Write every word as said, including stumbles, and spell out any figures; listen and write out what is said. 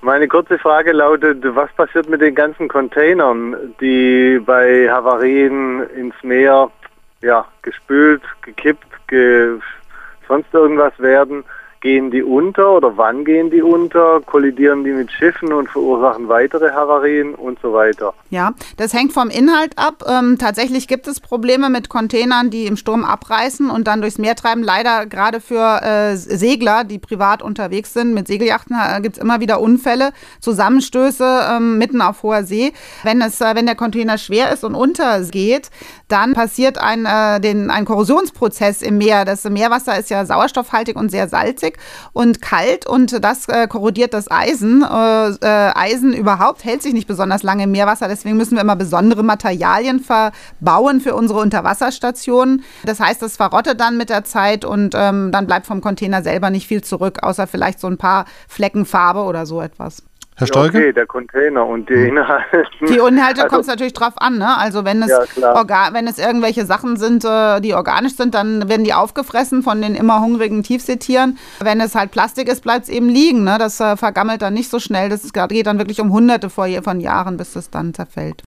Meine kurze Frage lautet, was passiert mit den ganzen Containern, die bei Havarien ins Meer ja, gespült, gekippt, ge sonst irgendwas werden? Gehen die unter oder wann gehen die unter? Kollidieren die mit Schiffen und verursachen weitere Havarien und so weiter? Ja, das hängt vom Inhalt ab. Ähm, tatsächlich gibt es Probleme mit Containern, die im Sturm abreißen und dann durchs Meer treiben. Leider gerade für äh, Segler, die privat unterwegs sind, mit Segelyachten äh, gibt es immer wieder Unfälle, Zusammenstöße ähm, mitten auf hoher See. Wenn, es, äh, wenn der Container schwer ist und untergeht, dann passiert ein, äh, den, ein Korrosionsprozess im Meer. Das Meerwasser ist ja sauerstoffhaltig und sehr salzig und kalt und das äh, korrodiert das Eisen. Äh, äh, Eisen überhaupt hält sich nicht besonders lange im Meerwasser, deswegen müssen wir immer besondere Materialien verbauen für unsere Unterwasserstationen. Das heißt, das verrottet dann mit der Zeit und ähm, dann bleibt vom Container selber nicht viel zurück, außer vielleicht so ein paar Flecken Farbe oder so etwas. Herr Stolke? Okay, der Container und die Inhalte. Die Inhalte also, kommt es natürlich drauf an, ne? Also wenn es, ja, Orga wenn es irgendwelche Sachen sind, äh, die organisch sind, dann werden die aufgefressen von den immer hungrigen Tiefseetieren. Wenn es halt Plastik ist, bleibt es eben liegen, ne? Das äh, vergammelt dann nicht so schnell. Das geht dann wirklich um hunderte von Jahren, bis es dann zerfällt.